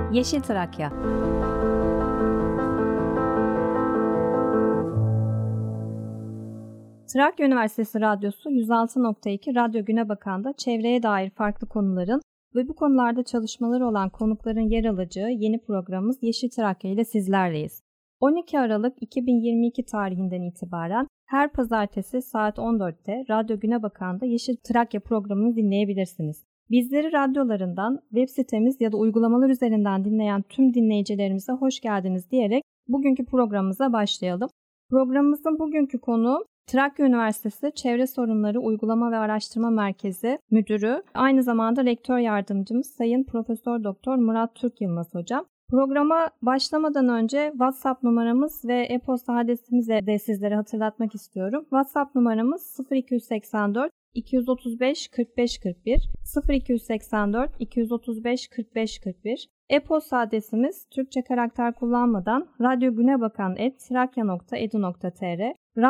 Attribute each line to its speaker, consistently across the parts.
Speaker 1: Yeşil Trakya. Trakya Üniversitesi Radyosu 106.2 Radyo Günebakan'da çevreye dair farklı konuların ve bu konularda çalışmaları olan konukların yer alacağı yeni programımız Yeşil Trakya ile sizlerleyiz. 12 Aralık 2022 tarihinden itibaren her pazartesi saat 14'te Radyo Günebakan'da Yeşil Trakya programını dinleyebilirsiniz. Bizleri radyolarından, web sitemiz ya da uygulamalar üzerinden dinleyen tüm dinleyicilerimize hoş geldiniz diyerek bugünkü programımıza başlayalım. Programımızın bugünkü konuğu Trakya Üniversitesi Çevre Sorunları Uygulama ve Araştırma Merkezi Müdürü, aynı zamanda rektör yardımcımız Sayın Profesör Doktor Murat Türk Yılmaz Hocam. Programa başlamadan önce WhatsApp numaramız ve e-posta adresimizi de sizlere hatırlatmak istiyorum. WhatsApp numaramız 0284 235 45 41 0284 235 45 41. E-posta adresimiz Türkçe karakter kullanmadan radyogunebakan@trakya.edu.tr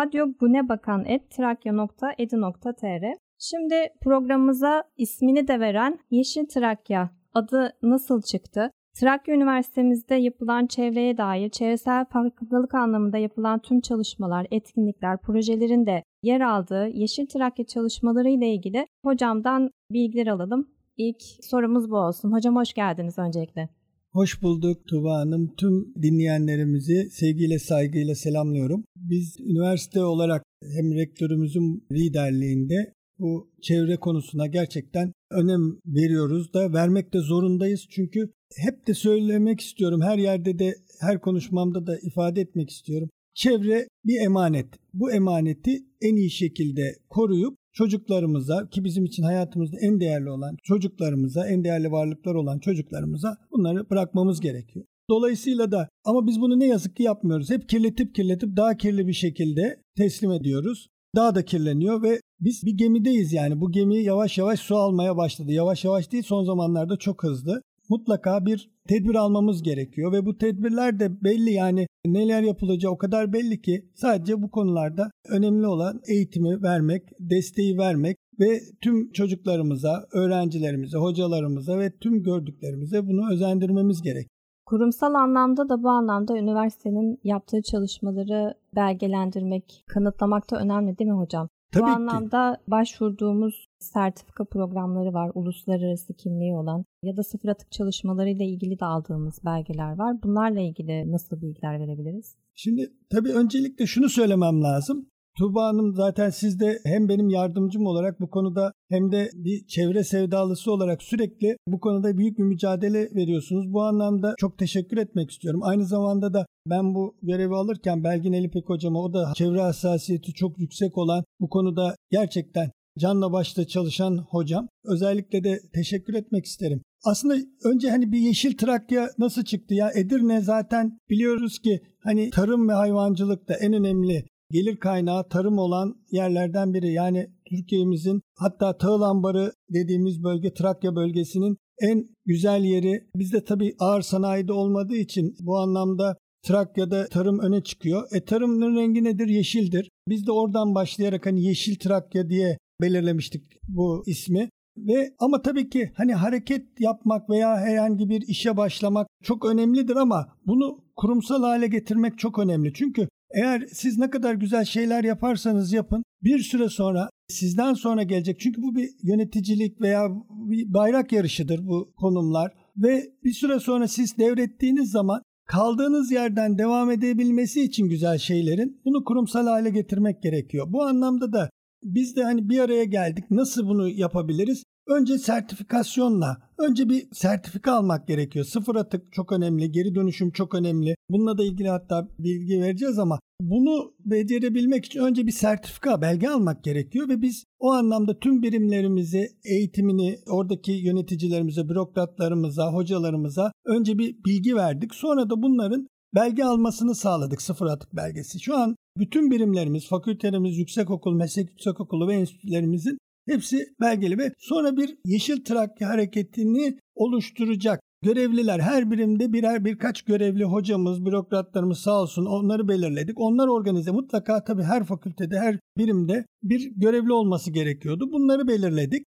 Speaker 1: radyogunebakan@trakya.edu.tr. Şimdi programımıza ismini de veren Yeşil Trakya adı nasıl çıktı? Trakya Üniversitemizde yapılan çevreye dair çevresel farkındalık anlamında yapılan tüm çalışmalar, etkinlikler, projelerin de yer aldığı Yeşil Trakya çalışmaları ile ilgili hocamdan bilgiler alalım. İlk sorumuz bu olsun. Hocam hoş geldiniz öncelikle.
Speaker 2: Hoş bulduk Tuğba Hanım. Tüm dinleyenlerimizi sevgiyle, saygıyla selamlıyorum. Biz üniversite olarak hem rektörümüzün liderliğinde bu çevre konusuna gerçekten önem veriyoruz da vermek de zorundayız. Çünkü hep de söylemek istiyorum, her yerde de her konuşmamda da ifade etmek istiyorum. Çevre bir emanet. Bu emaneti en iyi şekilde koruyup çocuklarımıza, ki bizim için hayatımızda en değerli olan çocuklarımıza, en değerli varlıklar olan çocuklarımıza bunları bırakmamız gerekiyor. Dolayısıyla da ama biz bunu ne yazık ki yapmıyoruz. Hep kirletip daha kirli bir şekilde teslim ediyoruz. Daha da kirleniyor ve biz bir gemideyiz yani. Bu gemi yavaş yavaş su almaya başladı. Yavaş yavaş değil, son zamanlarda çok hızlı. Mutlaka bir tedbir almamız gerekiyor ve bu tedbirler de belli, yani neler yapılacağı o kadar belli ki sadece bu konularda önemli olan eğitimi vermek, desteği vermek ve tüm çocuklarımıza, öğrencilerimize, hocalarımıza ve tüm gördüklerimize bunu özendirmemiz gerek.
Speaker 1: Kurumsal anlamda da bu anlamda üniversitenin yaptığı çalışmaları belgelendirmek, kanıtlamak da önemli değil mi hocam?
Speaker 2: Tabii
Speaker 1: bu
Speaker 2: ki.
Speaker 1: anlamda başvurduğumuz sertifika programları var, uluslararası kimliği olan ya da sıfır atık çalışmalarıyla ilgili de aldığımız belgeler var. Bunlarla ilgili nasıl bilgiler verebiliriz?
Speaker 2: Şimdi tabii öncelikle şunu söylemem lazım. Tuğba Hanım, zaten siz de hem benim yardımcım olarak bu konuda hem de bir çevre sevdalısı olarak sürekli bu konuda büyük bir mücadele veriyorsunuz. Bu anlamda çok teşekkür etmek istiyorum. Aynı zamanda da ben bu görevi alırken Belgin Elipek hocama, o da çevre hassasiyeti çok yüksek olan, bu konuda gerçekten canla başla çalışan hocam, özellikle de teşekkür etmek isterim. Aslında önce bir Yeşil Trakya nasıl çıktı ya? Edirne zaten biliyoruz ki tarım ve hayvancılıkta en önemli gelir kaynağı tarım olan yerlerden biri. Yani Türkiye'mizin, hatta Tahıl Ambarı dediğimiz bölge, Trakya bölgesinin en güzel yeri. Bizde tabii ağır sanayide olmadığı için bu anlamda Trakya'da tarım öne çıkıyor. Tarımın rengi nedir? Yeşildir. Biz de oradan başlayarak Yeşil Trakya diye belirlemiştik bu ismi. Ama tabii ki hareket yapmak veya herhangi bir işe başlamak çok önemlidir ama bunu kurumsal hale getirmek çok önemli. Çünkü eğer siz ne kadar güzel şeyler yaparsanız yapın, bir süre sonra sizden sonra gelecek. Çünkü bu bir yöneticilik veya bir bayrak yarışıdır bu konumlar. Ve bir süre sonra siz devrettiğiniz zaman kaldığınız yerden devam edebilmesi için güzel şeylerin bunu kurumsal hale getirmek gerekiyor. Bu anlamda da biz de bir araya geldik. Nasıl bunu yapabiliriz? Önce sertifikasyonla, önce bir sertifika almak gerekiyor. Sıfır atık çok önemli, geri dönüşüm çok önemli. Bununla da ilgili hatta bilgi vereceğiz ama bunu becerebilmek için önce bir sertifika, belge almak gerekiyor ve biz o anlamda tüm birimlerimizi, eğitimini oradaki yöneticilerimize, bürokratlarımıza, hocalarımıza önce bir bilgi verdik. Sonra da bunların belge almasını sağladık, sıfır atık belgesi. Şu an bütün birimlerimiz, fakültelerimiz, yüksekokul, meslek yüksekokulu ve enstitülerimizin hepsi belgeli ve sonra bir Yeşil Trakya hareketini oluşturacak görevliler, her birimde birkaç görevli hocamız, bürokratlarımız sağ olsun, onları belirledik. Onlar organize, mutlaka tabii her fakültede, her birimde bir görevli olması gerekiyordu. Bunları belirledik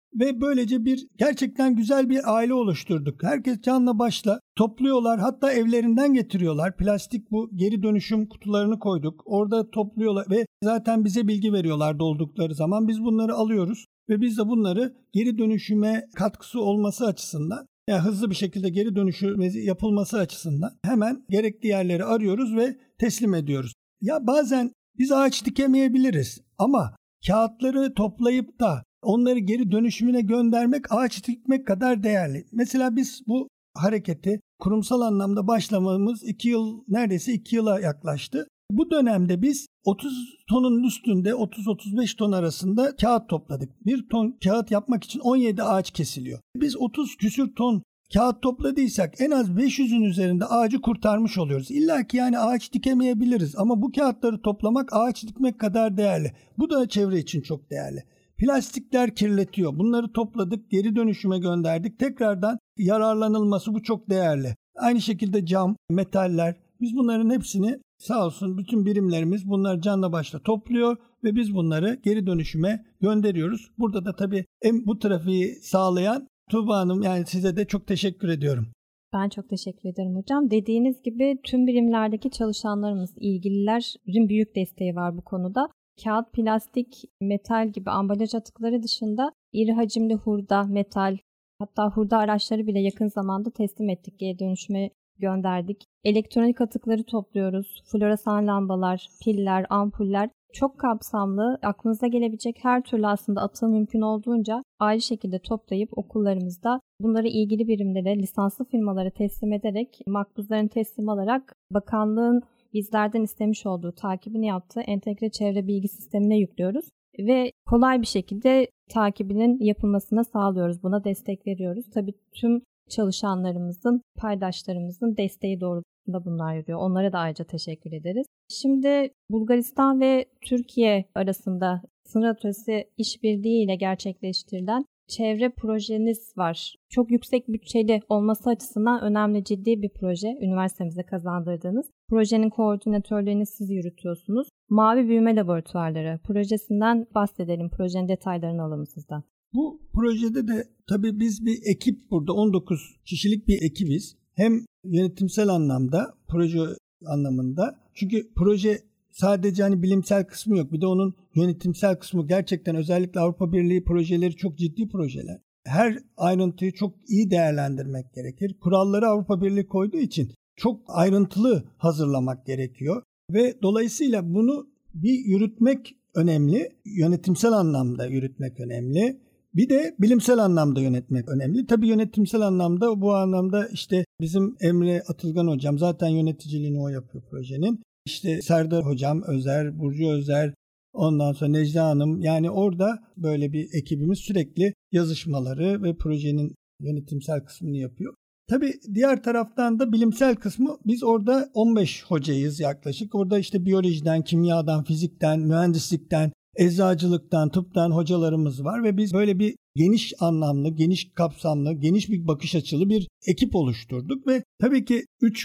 Speaker 2: ve böylece gerçekten güzel bir aile oluşturduk. Herkes canla başla topluyorlar, hatta evlerinden getiriyorlar. Plastik bu geri dönüşüm kutularını koyduk. Orada topluyorlar ve zaten bize bilgi veriyorlar doldukları zaman. Biz bunları alıyoruz ve biz de bunları geri dönüşüme katkısı olması açısından, yani hızlı bir şekilde geri dönüşüm yapılması açısından hemen gerekli yerleri arıyoruz ve teslim ediyoruz. Ya bazen biz ağaç dikemeyebiliriz ama kağıtları toplayıp da onları geri dönüşümüne göndermek ağaç dikmek kadar değerli. Mesela biz bu hareketi kurumsal anlamda başlamamız neredeyse 2 yıla yaklaştı. Bu dönemde biz 30 tonun üstünde 30-35 ton arasında kağıt topladık. 1 ton kağıt yapmak için 17 ağaç kesiliyor. Biz 30 küsür ton kağıt topladıysak en az 500'ün üzerinde ağacı kurtarmış oluyoruz. İlla ki yani ağaç dikemeyebiliriz ama bu kağıtları toplamak ağaç dikmek kadar değerli. Bu da çevre için çok değerli. Plastikler kirletiyor. Bunları topladık, geri dönüşüme gönderdik. Tekrardan yararlanılması bu çok değerli. Aynı şekilde cam, metaller. Biz bunların hepsini sağ olsun bütün birimlerimiz bunları canla başla topluyor ve biz bunları geri dönüşüme gönderiyoruz. Burada da tabii bu trafiği sağlayan Tuğba Hanım, yani size de çok teşekkür ediyorum.
Speaker 1: Ben çok teşekkür ederim hocam. Dediğiniz gibi tüm birimlerdeki çalışanlarımız, ilgililerin büyük desteği var bu konuda. Kağıt, plastik, metal gibi ambalaj atıkları dışında iri hacimli hurda, metal, hatta hurda araçları bile yakın zamanda teslim ettik, geri dönüşüme gönderdik. Elektronik atıkları topluyoruz. Floresan lambalar, piller, ampuller. Çok kapsamlı, aklınıza gelebilecek her türlü aslında atığı mümkün olduğunca ayrı şekilde toplayıp okullarımızda bunları ilgili birimlere, lisanslı firmalara teslim ederek, makbuzlarını teslim alarak bakanlığın bizlerden istemiş olduğu takibini yaptığı entegre çevre bilgi sistemine yüklüyoruz ve kolay bir şekilde takibinin yapılmasına sağlıyoruz. Buna destek veriyoruz. Tabii tüm çalışanlarımızın, paydaşlarımızın desteği doğrultusunda bunlar yürüyor. Onlara da ayrıca teşekkür ederiz. Şimdi Bulgaristan ve Türkiye arasında sınır ötesi işbirliği ile gerçekleştirilen çevre projeniz var. Çok yüksek bütçeli olması açısından önemli, ciddi bir proje. Üniversitemize kazandırdığınız. Projenin koordinatörlüğünü siz yürütüyorsunuz. Mavi Büyüme Laboratuvarları projesinden bahsedelim. Projenin detaylarını alalım sizden.
Speaker 2: Bu projede de tabii biz bir ekip, burada 19 kişilik bir ekibiz. Hem yönetimsel anlamda, proje anlamında. Çünkü proje sadece hani bilimsel kısmı yok. Bir de onun yönetimsel kısmı, gerçekten özellikle Avrupa Birliği projeleri çok ciddi projeler. Her ayrıntıyı çok iyi değerlendirmek gerekir. Kuralları Avrupa Birliği koyduğu için çok ayrıntılı hazırlamak gerekiyor. Ve dolayısıyla bunu bir yürütmek önemli. Yönetimsel anlamda yürütmek önemli. Bir de bilimsel anlamda yönetmek önemli. Tabii yönetimsel anlamda, bu anlamda işte bizim Emre Atılgan hocam zaten yöneticiliğini o yapıyor projenin. İşte Serdar hocam, Özer, Burcu Özer, ondan sonra Necla Hanım, yani orada böyle bir ekibimiz sürekli yazışmaları ve projenin yönetimsel kısmını yapıyor. Tabii diğer taraftan da bilimsel kısmı, biz orada 15 hocayız yaklaşık. Orada işte biyolojiden, kimyadan, fizikten, mühendislikten, eczacılıktan, tıptan hocalarımız var ve biz böyle bir geniş anlamlı, geniş kapsamlı, geniş bir bakış açılı bir ekip oluşturduk ve tabii ki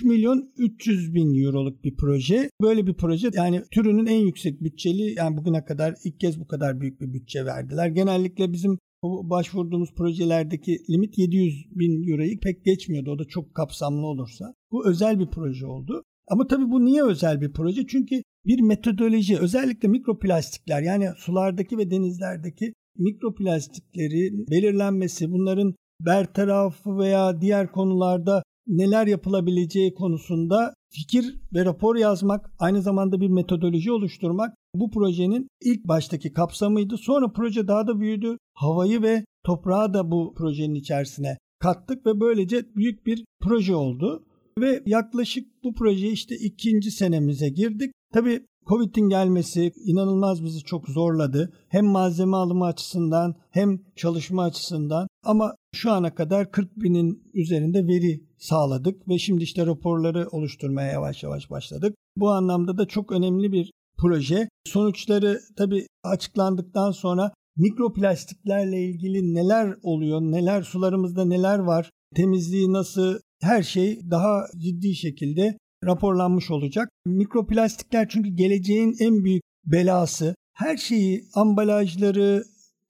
Speaker 2: 3.300.000 euroluk bir proje. Böyle bir proje, yani türünün en yüksek bütçeli, yani bugüne kadar ilk kez bu kadar büyük bir bütçe verdiler. Genellikle bizim başvurduğumuz projelerdeki limit 700.000 euroyu pek geçmiyordu. O da çok kapsamlı olursa. Bu özel bir proje oldu. Ama tabii bu niye özel bir proje? Çünkü bir metodoloji, özellikle mikroplastikler, yani sulardaki ve denizlerdeki mikroplastikleri belirlenmesi, bunların bertarafı veya diğer konularda neler yapılabileceği konusunda fikir ve rapor yazmak, aynı zamanda bir metodoloji oluşturmak bu projenin ilk baştaki kapsamıydı. Sonra proje daha da büyüdü. Havayı ve toprağı da bu projenin içerisine kattık ve böylece büyük bir proje oldu. Ve yaklaşık bu projeyi işte 2. senemize girdik. Tabii Covid'in gelmesi inanılmaz bizi çok zorladı. Hem malzeme alımı açısından hem çalışma açısından. Ama şu ana kadar 40.000'in üzerinde veri sağladık ve şimdi işte raporları oluşturmaya yavaş yavaş başladık. Bu anlamda da çok önemli bir proje. Sonuçları tabii açıklandıktan sonra mikroplastiklerle ilgili neler oluyor, neler sularımızda neler var, temizliği nasıl, her şey daha ciddi şekilde raporlanmış olacak. Mikroplastikler çünkü geleceğin en büyük belası. Her şeyi, ambalajları,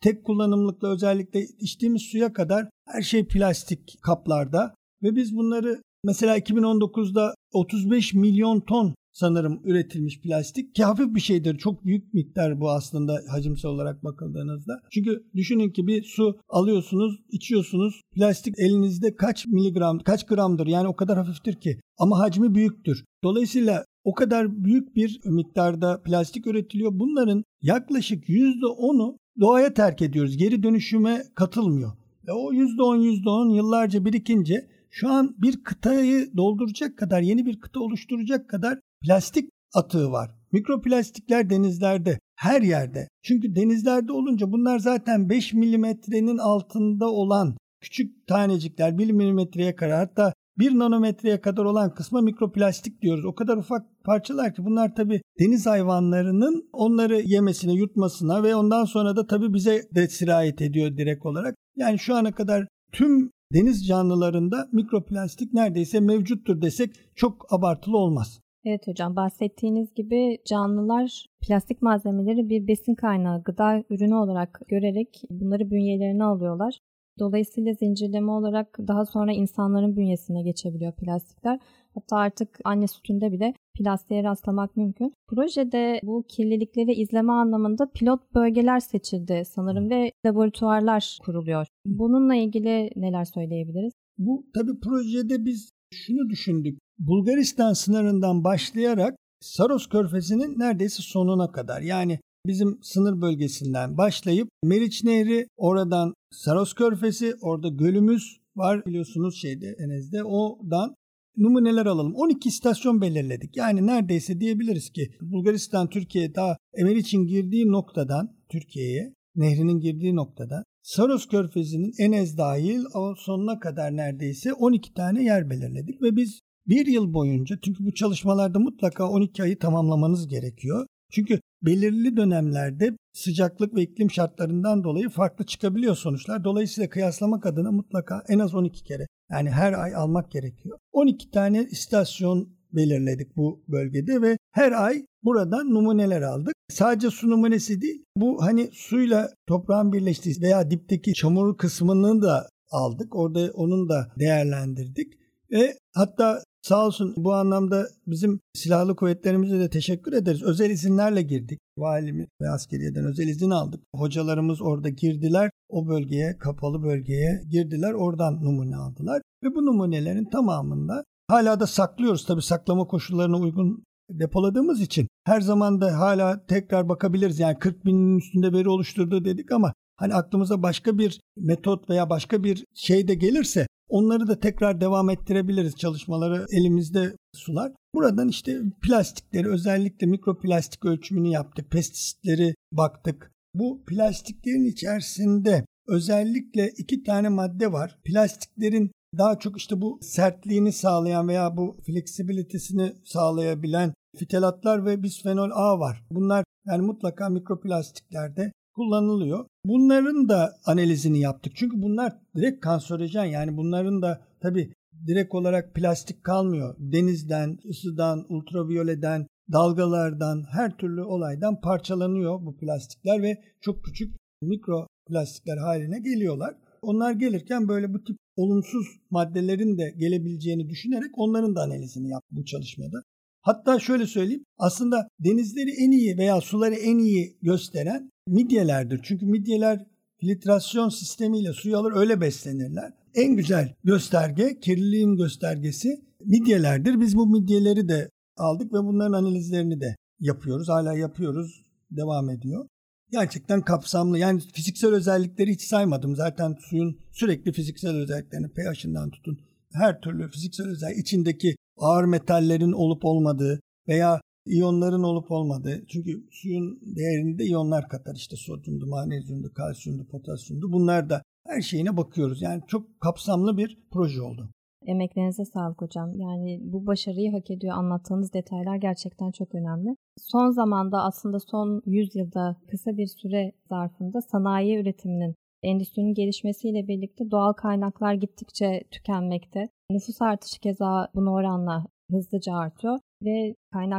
Speaker 2: tek kullanımlıkla özellikle içtiğimiz suya kadar her şey plastik kaplarda ve biz bunları mesela 2019'da 35 milyon ton sanırım üretilmiş plastik ki hafif bir şeydir. Çok büyük miktar bu aslında hacimsel olarak bakıldığınızda. Çünkü düşünün ki bir su alıyorsunuz, içiyorsunuz. Plastik elinizde kaç miligram, kaç gramdır yani o kadar hafiftir ki ama hacmi büyüktür. Dolayısıyla o kadar büyük bir miktarda plastik üretiliyor. Bunların yaklaşık %10'u doğaya terk ediyoruz. Geri dönüşüme katılmıyor. Ve o %10 yıllarca birikince şu an bir kıtayı dolduracak kadar, yeni bir kıta oluşturacak kadar plastik atığı var. Mikroplastikler denizlerde, her yerde. Çünkü denizlerde olunca bunlar zaten 5 milimetrenin altında olan küçük tanecikler, 1 milimetreye kadar hatta 1 nanometreye kadar olan kısma mikroplastik diyoruz. O kadar ufak parçalar ki bunlar tabii deniz hayvanlarının onları yemesine, yutmasına ve ondan sonra da tabii bize de sirayet ediyor direkt olarak. Yani şu ana kadar tüm deniz canlılarında mikroplastik neredeyse mevcuttur desek çok abartılı olmaz.
Speaker 1: Evet hocam, bahsettiğiniz gibi canlılar plastik malzemeleri bir besin kaynağı, gıda ürünü olarak görerek bunları bünyelerine alıyorlar. Dolayısıyla zincirleme olarak daha sonra insanların bünyesine geçebiliyor plastikler. Hatta artık anne sütünde bile plastiğe rastlamak mümkün. Projede bu kirlilikleri izleme anlamında pilot bölgeler seçildi sanırım ve laboratuvarlar kuruluyor. Bununla ilgili neler söyleyebiliriz?
Speaker 2: Bu tabii projede biz şunu düşündük. Bulgaristan sınırından başlayarak Saros Körfezi'nin neredeyse sonuna kadar yani bizim sınır bölgesinden başlayıp Meriç Nehri, oradan Saros Körfezi, orada gölümüz var biliyorsunuz Enez'de, oradan numuneler alalım. 12 istasyon belirledik. Yani neredeyse diyebiliriz ki Bulgaristan Türkiye'ye daha Meriç'in girdiği noktadan Türkiye'ye, nehrinin girdiği noktadan Saros Körfezi'nin Enez dahil o sonuna kadar neredeyse 12 tane yer belirledik ve biz bir yıl boyunca, çünkü bu çalışmalarda mutlaka 12 ayı tamamlamanız gerekiyor. Çünkü belirli dönemlerde sıcaklık ve iklim şartlarından dolayı farklı çıkabiliyor sonuçlar. Dolayısıyla kıyaslamak adına mutlaka en az 12 kere yani her ay almak gerekiyor. 12 tane istasyon belirledik bu bölgede ve her ay buradan numuneler aldık. Sadece su numunesi değil, bu hani suyla toprağın birleştiği veya dipteki çamur kısmını da aldık. Orada onun da değerlendirdik ve hatta sağ olsun bu anlamda bizim silahlı kuvvetlerimize de teşekkür ederiz. Özel izinlerle girdik. Valimiz ve askeriyeden özel izin aldık. Hocalarımız orada girdiler. O bölgeye, kapalı bölgeye girdiler. Oradan numune aldılar. Ve bu numunelerin tamamında hala da saklıyoruz. Tabii saklama koşullarına uygun depoladığımız için her zaman da hala tekrar bakabiliriz. Yani 40 binin üstünde veri oluşturdu dedik ama hani aklımıza başka bir metot veya başka bir şey de gelirse onları da tekrar devam ettirebiliriz. Çalışmaları elimizde sular. Buradan işte plastikleri, özellikle mikroplastik ölçümünü yaptık. Pestisitleri baktık. Bu plastiklerin içerisinde özellikle 2 tane madde var. Plastiklerin daha çok işte bu sertliğini sağlayan veya bu fleksibilitesini sağlayabilen fitalatlar ve bisfenol A var. Bunlar yani mutlaka mikroplastiklerde kullanılıyor. Bunların da analizini yaptık. Çünkü bunlar direkt kanserojen, yani bunların da tabii direkt olarak plastik kalmıyor. Denizden, ısıdan, ultraviyoleden, dalgalardan, her türlü olaydan parçalanıyor bu plastikler ve çok küçük mikroplastikler haline geliyorlar. Onlar gelirken böyle bu tip olumsuz maddelerin de gelebileceğini düşünerek onların da analizini yaptık bu çalışmada. Hatta şöyle söyleyeyim, aslında denizleri en iyi veya suları en iyi gösteren midyelerdir. Çünkü midyeler filtrasyon sistemiyle suyu alır, öyle beslenirler. En güzel gösterge, kirliliğin göstergesi midyelerdir. Biz bu midyeleri de aldık ve bunların analizlerini de yapıyoruz. Hala yapıyoruz, devam ediyor. Gerçekten kapsamlı, yani fiziksel özellikleri hiç saymadım. Zaten suyun sürekli fiziksel özelliklerini, pH'inden tutun, her türlü fiziksel özellik, içindeki ağır metallerin olup olmadığı veya iyonların olup olmadığı. Çünkü suyun değerini de iyonlar katar. İşte sodyumdu, magnezyumdu, kalsiyumdu, potasyumdu. Bunlar da her şeyine bakıyoruz. Yani çok kapsamlı bir proje oldu.
Speaker 1: Emeklerinize sağlık hocam. Yani bu başarıyı hak ediyor. Anlattığınız detaylar gerçekten çok önemli. Son zamanda, aslında son 100 yılda kısa bir süre zarfında sanayi üretiminin, endüstrinin gelişmesiyle birlikte doğal kaynaklar gittikçe tükenmekte. Nüfus artışı keza buna oranla hızlıca artıyor ve kaynaklar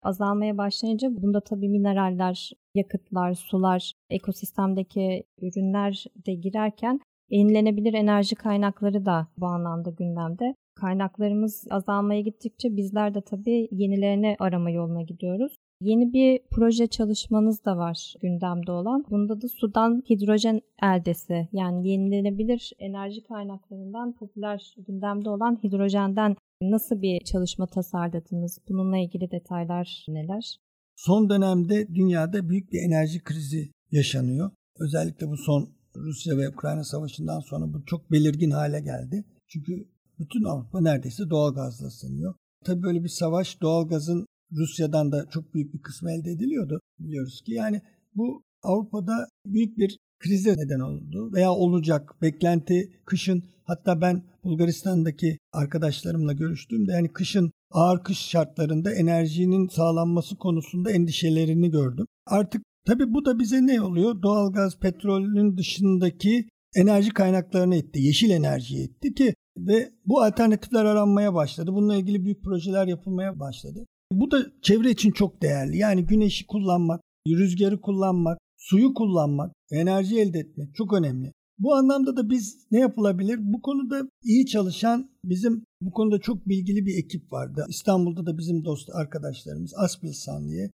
Speaker 1: azalmaya başlayınca bunda tabii mineraller, yakıtlar, sular, ekosistemdeki ürünler de girerken yenilenebilir enerji kaynakları da bu anlamda gündemde. Kaynaklarımız azalmaya gittikçe bizler de tabii yenilerini arama yoluna gidiyoruz. Yeni bir proje çalışmanız da var gündemde olan. Bunda da sudan hidrojen eldesi, yani yenilenebilir enerji kaynaklarından popüler gündemde olan hidrojenden nasıl bir çalışma tasarladınız? Bununla ilgili detaylar neler?
Speaker 2: Son dönemde dünyada büyük bir enerji krizi yaşanıyor. Özellikle bu son Rusya ve Ukrayna savaşından sonra bu çok belirgin hale geldi. Çünkü bütün Avrupa neredeyse doğalgazla ısınıyor. Tabii böyle bir savaş, doğalgazın Rusya'dan da çok büyük bir kısmı elde ediliyordu, biliyoruz ki. Yani bu Avrupa'da büyük bir krize neden oldu veya olacak. Beklenti kışın, hatta ben Bulgaristan'daki arkadaşlarımla görüştüğümde yani kışın, ağır kış şartlarında enerjinin sağlanması konusunda endişelerini gördüm. Artık tabii bu da bize ne oluyor? Doğalgaz, petrolün dışındaki enerji kaynaklarını etti, yeşil enerjiyi etti ki ve bu alternatifler aranmaya başladı. Bununla ilgili büyük projeler yapılmaya başladı. Bu da çevre için çok değerli. Yani güneşi kullanmak, rüzgarı kullanmak, suyu kullanmak, enerji elde etmek çok önemli. Bu anlamda da biz ne yapılabilir? Bu konuda iyi çalışan, bizim bu konuda çok bilgili bir ekip vardı. İstanbul'da da bizim dost arkadaşlarımız Aspilsan diye.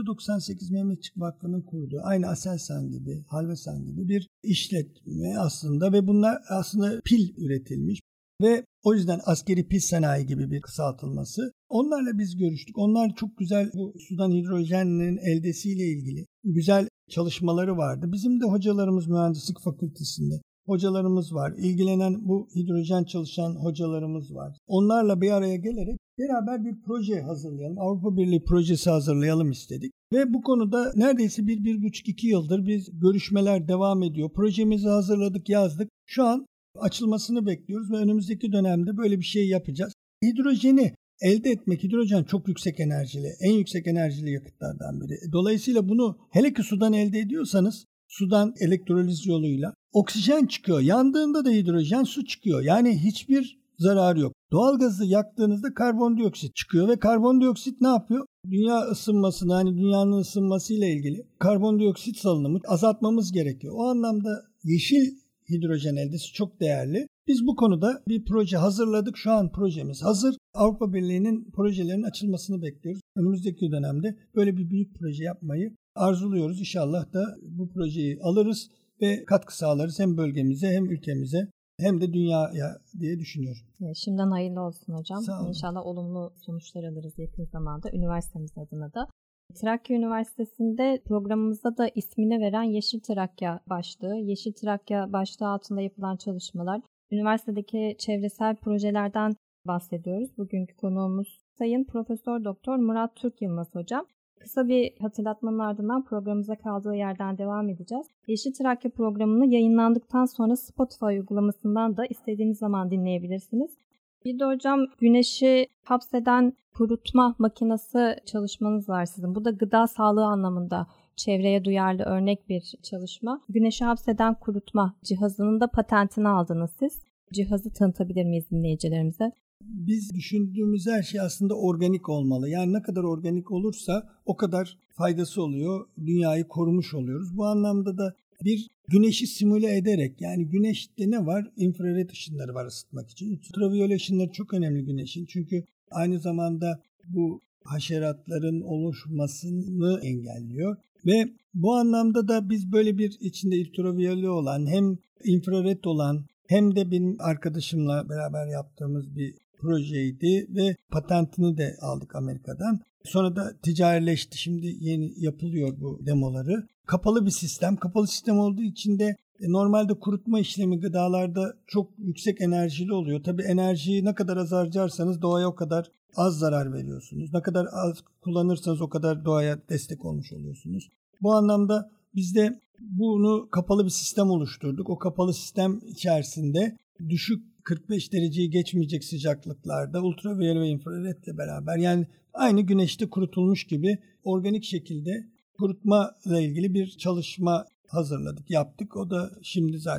Speaker 2: %98 Mehmetçik Vakfı'nın kurduğu, aynı Aselsan gibi, Halvesan gibi bir işletme aslında ve bunlar aslında pil üretilmiş. Ve o yüzden askeri pil sanayi gibi bir kısaltılması. Onlarla biz görüştük. Onlar çok güzel bu sudan hidrojenin eldesiyle ilgili güzel çalışmaları vardı. Bizim de hocalarımız mühendislik fakültesinde hocalarımız var. İlgilenen bu hidrojen çalışan hocalarımız var. Onlarla bir araya gelerek beraber bir proje hazırlayalım. Avrupa Birliği projesi hazırlayalım istedik. Ve bu konuda neredeyse 1,5-2 yıldır biz görüşmeler devam ediyor. Projemizi hazırladık, yazdık. Şu an açılmasını bekliyoruz ve önümüzdeki dönemde böyle bir şey yapacağız. Hidrojeni elde etmek, hidrojen çok yüksek enerjili, en yüksek enerjili yakıtlardan biri. Dolayısıyla bunu hele ki sudan elde ediyorsanız, sudan elektroliz yoluyla oksijen çıkıyor. Yandığında da hidrojen, su çıkıyor. Yani hiçbir zararı yok. Doğalgazı yaktığınızda karbondioksit çıkıyor ve karbondioksit ne yapıyor? Dünya ısınmasını, hani dünyanın ısınmasıyla ilgili karbondioksit salınımı azaltmamız gerekiyor. O anlamda yeşil hidrojen eldesi çok değerli. Biz bu konuda bir proje hazırladık. Şu an projemiz hazır. Avrupa Birliği'nin projelerinin açılmasını bekliyoruz. Önümüzdeki dönemde böyle bir büyük proje yapmayı arzuluyoruz. İnşallah da bu projeyi alırız ve katkı sağlarız hem bölgemize hem ülkemize hem de dünyaya diye düşünüyorum.
Speaker 1: Şimdiden hayırlı olsun hocam.
Speaker 2: Sağ olun.
Speaker 1: İnşallah olumlu sonuçlar alırız yakın zamanda üniversitemiz adına da. Trakya Üniversitesi'nde programımızda da ismini veren Yeşil Trakya başlığı. Yeşil Trakya başlığı altında yapılan çalışmalar, üniversitedeki çevresel projelerden bahsediyoruz. Bugünkü konuğumuz Sayın Profesör Doktor Murat Türk Yılmaz hocam. Kısa bir hatırlatmanın ardından programımıza kaldığı yerden devam edeceğiz. Yeşil Trakya programını yayınlandıktan sonra Spotify uygulamasından da istediğiniz zaman dinleyebilirsiniz. Bir de hocam güneşi hapseden kurutma makinesi çalışmanız var sizin. Bu da gıda sağlığı anlamında çevreye duyarlı örnek bir çalışma. Güneşi hapseden kurutma cihazının da patentini aldınız siz. Cihazı tanıtabilir miyiz dinleyicilerimize?
Speaker 2: Biz düşündüğümüz her şey aslında organik olmalı. Yani ne kadar organik olursa o kadar faydası oluyor. Dünyayı korumuş oluyoruz. Bu anlamda da bir güneşi simüle ederek, yani güneşte ne var? İnfrared ışınları var ısıtmak için. Ultraviyole ışınları çok önemli güneşin. Çünkü aynı zamanda bu haşeratların oluşmasını engelliyor. Ve bu anlamda da biz böyle bir içinde ultraviyole olan, hem infrared olan, hem de benim arkadaşımla beraber yaptığımız bir projeydi ve patentini de aldık Amerika'dan. Sonra da ticarileşti. Şimdi yeni yapılıyor bu demoları. Kapalı bir sistem. Kapalı sistem olduğu için de normalde kurutma işlemi gıdalarda çok yüksek enerjili oluyor. Tabii enerjiyi ne kadar az harcarsanız doğaya o kadar az zarar veriyorsunuz. Ne kadar az kullanırsanız o kadar doğaya destek olmuş oluyorsunuz. Bu anlamda biz de bunu kapalı bir sistem oluşturduk. O kapalı sistem içerisinde düşük 45 dereceyi geçmeyecek sıcaklıklarda ultraviyole ve infraredle beraber, yani aynı güneşte kurutulmuş gibi organik şekilde kurutma ile ilgili bir çalışma hazırladık, yaptık. O da şimdi zaten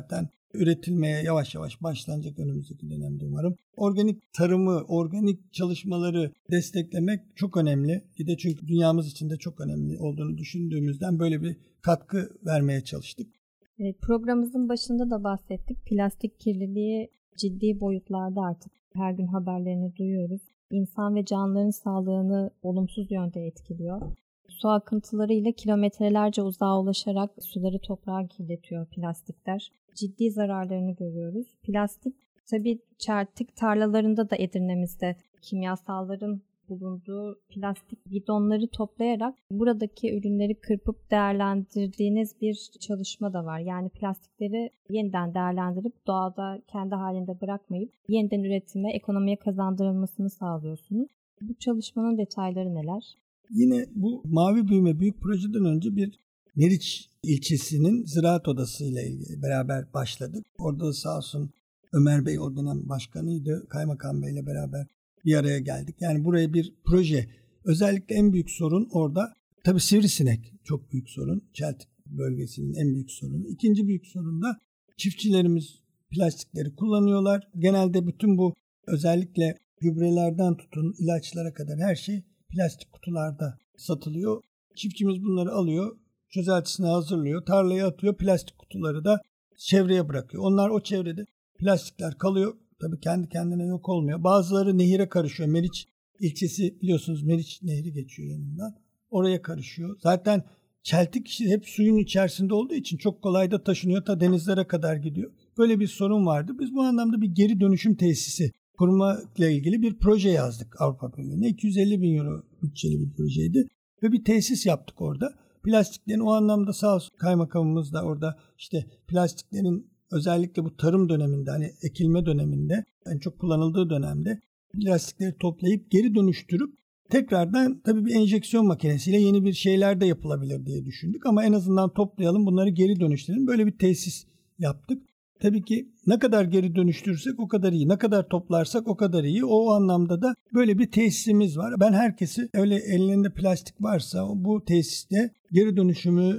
Speaker 2: üretilmeye yavaş yavaş başlanacak önümüzdeki dönemde umarım. Organik tarımı, organik çalışmaları desteklemek çok önemli. Bir de çünkü dünyamız için de çok önemli olduğunu düşündüğümüzden böyle bir katkı vermeye çalıştık.
Speaker 1: Evet, programımızın başında da bahsettik. Plastik kirliliği ciddi boyutlarda artık her gün haberlerini duyuyoruz. İnsan ve canlıların sağlığını olumsuz yönde etkiliyor. Su akıntılarıyla kilometrelerce uzağa ulaşarak suları toprağa kirletiyor plastikler. Ciddi zararlarını görüyoruz. Plastik tabii çeltik tarlalarında da Edirne'mizde kimyasalların bulunduğu plastik bidonları toplayarak buradaki ürünleri kırpıp değerlendirdiğiniz bir çalışma da var. Yani plastikleri yeniden değerlendirip doğada kendi halinde bırakmayıp yeniden üretime, ekonomiye kazandırılmasını sağlıyorsunuz. Bu çalışmanın detayları neler?
Speaker 2: Yine bu Mavi Büyüme büyük projeden önce bir Meriç ilçesinin Ziraat Odası ile beraber başladık. Orada da sağ olsun Ömer Bey o dönem başkanıydı. Kaymakam Bey ile beraber bir araya geldik. Yani buraya bir proje. Özellikle en büyük sorun orada tabii sivrisinek çok büyük sorun. Çeltik bölgesinin en büyük sorunu. İkinci büyük sorun da çiftçilerimiz plastikleri kullanıyorlar. Genelde bütün bu özellikle gübrelerden tutun ilaçlara kadar her şey plastik kutularda satılıyor. Çiftçimiz bunları alıyor, çözeltisine hazırlıyor, tarlaya atıyor. Plastik kutuları da çevreye bırakıyor. Onlar o çevrede plastikler kalıyor. Tabii kendi kendine yok olmuyor. Bazıları nehire karışıyor. Meriç ilçesi biliyorsunuz Meriç Nehri geçiyor yanından. Oraya karışıyor. Zaten çeltik hep suyun içerisinde olduğu için çok kolay da taşınıyor. Ta denizlere kadar gidiyor. Böyle bir sorun vardı. Biz bu anlamda bir geri dönüşüm tesisi kurmakla ilgili bir proje yazdık Avrupa Birliği'ne. 250 bin euro bütçeli bir projeydi. Ve bir tesis yaptık orada. Plastiklerin o anlamda sağ olsun kaymakamımız da orada işte plastiklerin özellikle bu tarım döneminde hani ekilme döneminde en çok kullanıldığı dönemde plastikleri toplayıp geri dönüştürüp tekrardan tabii bir enjeksiyon makinesiyle yeni bir şeyler de yapılabilir diye düşündük. Ama en azından toplayalım bunları geri dönüştürelim. Böyle bir tesis yaptık. Tabii ki ne kadar geri dönüştürürsek o kadar iyi. Ne kadar toplarsak o kadar iyi. O anlamda da böyle bir tesisimiz var. Ben herkesi öyle ellerinde plastik varsa bu tesiste geri dönüşümü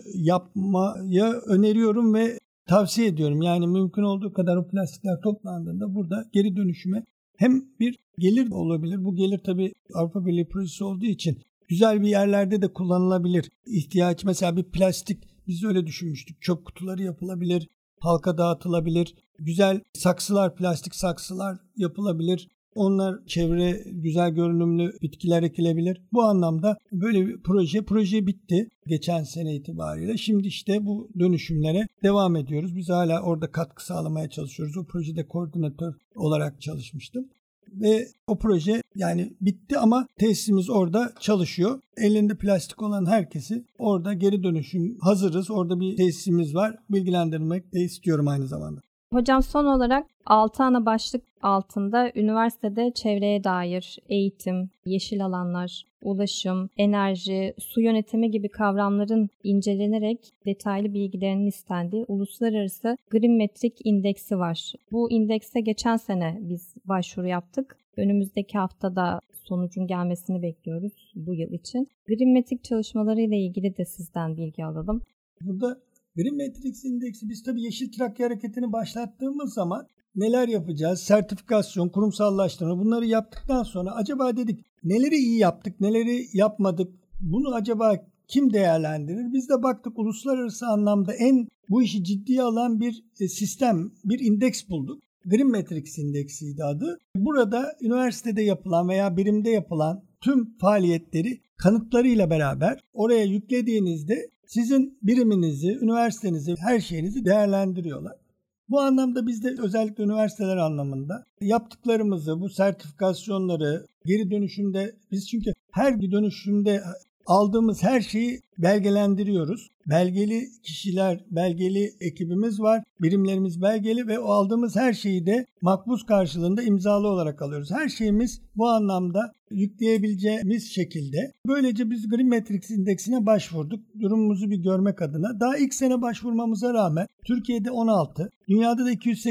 Speaker 2: yapmaya öneriyorum ve tavsiye ediyorum. Yani mümkün olduğu kadar o plastikler toplandığında burada geri dönüşüme hem bir gelir olabilir. Bu gelir tabii Avrupa Birliği projesi olduğu için güzel bir yerlerde de kullanılabilir. İhtiyaç mesela bir plastik biz öyle düşünmüştük. Çöp kutuları yapılabilir. Halka dağıtılabilir. Güzel saksılar, plastik saksılar yapılabilir. Onlar çevre güzel görünümlü bitkiler ekilebilir. Bu anlamda böyle bir proje bitti geçen sene itibariyle. Şimdi işte bu dönüşümlere devam ediyoruz. Biz hala orada katkı sağlamaya çalışıyoruz. O projede koordinatör olarak çalışmıştım. Ve o proje yani bitti ama tesisimiz orada çalışıyor. Elinde plastik olan herkesi orada geri dönüşüm hazırız. Orada bir tesisimiz var. Bilgilendirmek de istiyorum aynı zamanda.
Speaker 1: Hocam son olarak 6 ana başlık altında üniversitede çevreye dair eğitim, yeşil alanlar, ulaşım, enerji, su yönetimi gibi kavramların incelenerek detaylı bilgilerinin istendiği uluslararası Green Metric indeksi var. Bu indekse geçen sene biz başvuru yaptık. Önümüzdeki haftada sonucun gelmesini bekliyoruz bu yıl için. Green Metric çalışmalarıyla ilgili de sizden bilgi alalım.
Speaker 2: Burada Green Metrics indeksi biz tabii Yeşil Trakya Hareketi'ni başlattığımız zaman neler yapacağız? Sertifikasyon, kurumsallaştırma bunları yaptıktan sonra acaba dedik neleri iyi yaptık, neleri yapmadık? Bunu acaba kim değerlendirir? Biz de baktık uluslararası anlamda bu işi ciddiye alan bir sistem, bir indeks bulduk. Green Metrics indeksiydi adı. Burada üniversitede yapılan veya birimde yapılan tüm faaliyetleri kanıtlarıyla beraber oraya yüklediğinizde sizin biriminizi, üniversitenizi, her şeyinizi değerlendiriyorlar. Bu anlamda biz de özellikle üniversiteler anlamında yaptıklarımızı, bu sertifikasyonları, geri dönüşümde biz çünkü her dönüşümde aldığımız her şeyi belgelendiriyoruz. Belgeli kişiler, belgeli ekibimiz var, birimlerimiz belgeli ve o aldığımız her şeyi de makbuz karşılığında imzalı olarak alıyoruz. Her şeyimiz bu anlamda yükleyebileceğimiz şekilde. Böylece biz Green Metrics indeksine başvurduk. Durumumuzu bir görmek adına. Daha ilk sene başvurmamıza rağmen Türkiye'de 16, dünyada da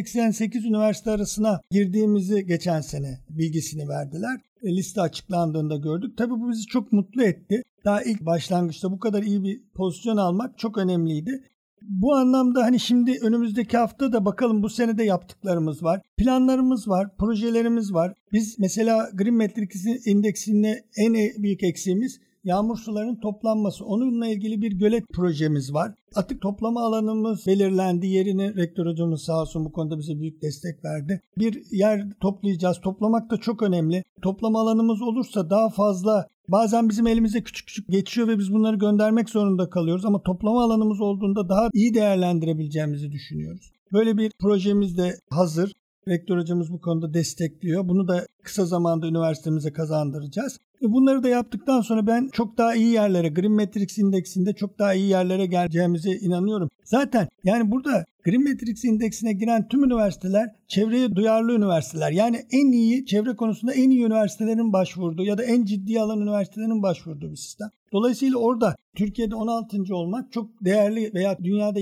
Speaker 2: 288 üniversite arasına girdiğimizi geçen sene bilgisini verdiler. Liste açıklandığında gördük. Tabii bu bizi çok mutlu etti. Daha ilk başlangıçta bu kadar iyi bir pozisyon almak çok önemliydi. Bu anlamda hani şimdi önümüzdeki hafta da bakalım bu sene de yaptıklarımız var. Planlarımız var, projelerimiz var. Biz mesela Green Matrix indeksinde en büyük eksiğimiz yağmur sularının toplanması. Onunla ilgili bir gölet projemiz var. Atık toplama alanımız belirlendi. Yerini rektör hocamız sağ olsun bu konuda bize büyük destek verdi. Bir yer toplayacağız. Toplamak da çok önemli. Toplama alanımız olursa daha fazla, bazen bizim elimize küçük küçük geçiyor ve biz bunları göndermek zorunda kalıyoruz. Ama toplama alanımız olduğunda daha iyi değerlendirebileceğimizi düşünüyoruz. Böyle bir projemiz de hazır. Rektör hocamız bu konuda destekliyor. Bunu da kısa zamanda üniversitemize kazandıracağız. Bunları da yaptıktan sonra ben çok daha iyi yerlere, Green Matrix indeksinde çok daha iyi yerlere geleceğimize inanıyorum. Zaten yani burada Green Matrix indeksine giren tüm üniversiteler çevreye duyarlı üniversiteler. Yani en iyi, çevre konusunda en iyi üniversitelerin başvurduğu ya da en ciddiye alan üniversitelerin başvurduğu bir sistem. Dolayısıyla orada Türkiye'de 16. olmak çok değerli veya dünyada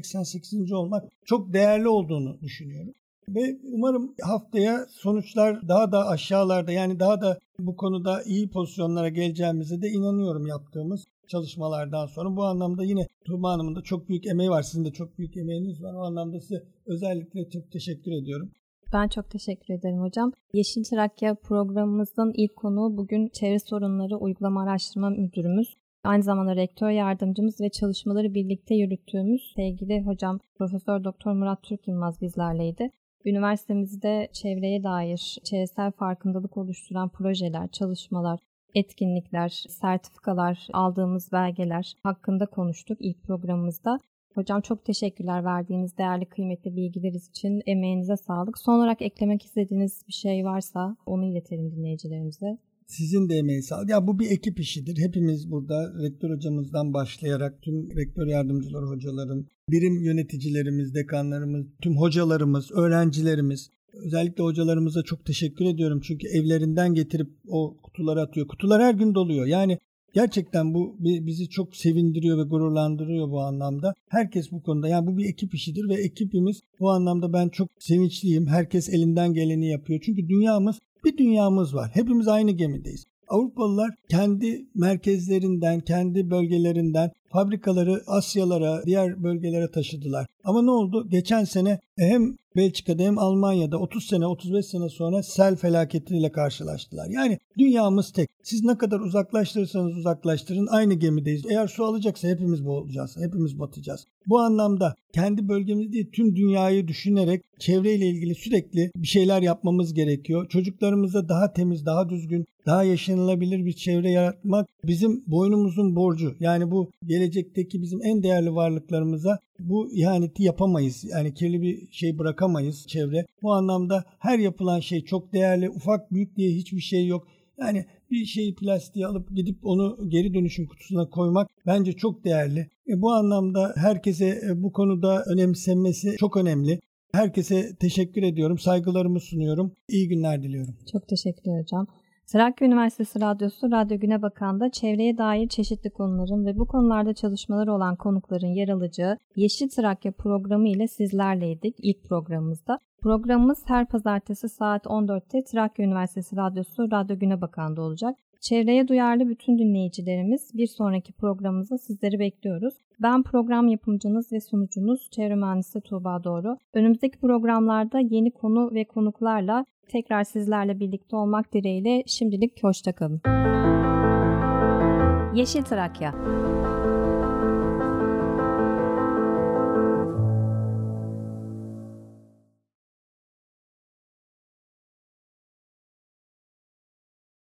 Speaker 2: 288. olmak çok değerli olduğunu düşünüyorum. Ve umarım haftaya sonuçlar daha da aşağılarda, yani daha da bu konuda iyi pozisyonlara geleceğimize de inanıyorum yaptığımız çalışmalardan sonra. Bu anlamda yine Tuğba Hanım'ın da çok büyük emeği var. Sizin de çok büyük emeğiniz var. O anlamda size özellikle çok teşekkür ediyorum.
Speaker 1: Ben çok teşekkür ederim hocam. Yeşil Trakya programımızın ilk konuğu bugün Çevre Sorunları Uygulama Araştırma Müdürümüz, aynı zamanda rektör yardımcımız ve çalışmaları birlikte yürüttüğümüz sevgili hocam Profesör Doktor Murat Türk Yılmaz bizlerleydi. Üniversitemizde çevreye dair çevresel farkındalık oluşturan projeler, çalışmalar, etkinlikler, sertifikalar, aldığımız belgeler hakkında konuştuk ilk programımızda. Hocam çok teşekkürler verdiğiniz değerli kıymetli bilgiler için. Emeğinize sağlık. Son olarak eklemek istediğiniz bir şey varsa onu iletelim dinleyicilerimize.
Speaker 2: Sizin de emeği sağlık. Ya bu bir ekip işidir. Hepimiz burada rektör hocamızdan başlayarak tüm rektör yardımcıları hocalarım, birim yöneticilerimiz, dekanlarımız, tüm hocalarımız, öğrencilerimiz, özellikle hocalarımıza çok teşekkür ediyorum. Çünkü evlerinden getirip o kutuları atıyor. Kutular her gün doluyor. Yani gerçekten bu bizi çok sevindiriyor ve gururlandırıyor bu anlamda. Herkes bu konuda, yani bu bir ekip işidir ve ekibimiz bu anlamda ben çok sevinçliyim. Herkes elinden geleni yapıyor. Çünkü bir dünyamız var. Hepimiz aynı gemideyiz. Avrupalılar kendi merkezlerinden, kendi bölgelerinden fabrikaları Asyalara, diğer bölgelere taşıdılar. Ama ne oldu? Geçen sene hem Belçika'da hem Almanya'da 30 sene, 35 sene sonra sel felaketiyle karşılaştılar. Yani dünyamız tek. Siz ne kadar uzaklaştırırsanız uzaklaştırın aynı gemideyiz. Eğer su alacaksa hepimiz boğulacağız, hepimiz batacağız. Bu anlamda kendi bölgemiz değil, tüm dünyayı düşünerek çevreyle ilgili sürekli bir şeyler yapmamız gerekiyor. Çocuklarımıza daha temiz, daha düzgün, daha yaşanılabilir bir çevre yaratmak bizim boynumuzun borcu. Yani bu gelecekteki bizim en değerli varlıklarımıza bu ihaneti yapamayız. Yani kirli bir şey bırakamayız çevre. Bu anlamda her yapılan şey çok değerli. Ufak büyük diye hiçbir şey yok. Yani bir şeyi plastiğe alıp gidip onu geri dönüşüm kutusuna koymak bence çok değerli. Bu anlamda herkese bu konuda önemsenmesi çok önemli. Herkese teşekkür ediyorum. Saygılarımı sunuyorum. İyi günler diliyorum.
Speaker 1: Çok teşekkürler hocam. Trakya Üniversitesi Radyosu Radyo Günebakan'da çevreye dair çeşitli konuların ve bu konularda çalışmaları olan konukların yer alacağı Yeşil Trakya programı ile sizlerleydik ilk programımızda. Programımız her pazartesi saat 14'te Trakya Üniversitesi Radyosu Radyo Günebakan'da olacak. Çevreye duyarlı bütün dinleyicilerimiz, bir sonraki programımızda sizleri bekliyoruz. Ben program yapımcınız ve sunucunuz Çevre Mühendisi Tuğba Doğru. Önümüzdeki programlarda yeni konu ve konuklarla tekrar sizlerle birlikte olmak dileğiyle şimdilik hoşça kalın. Yeşil Trakya.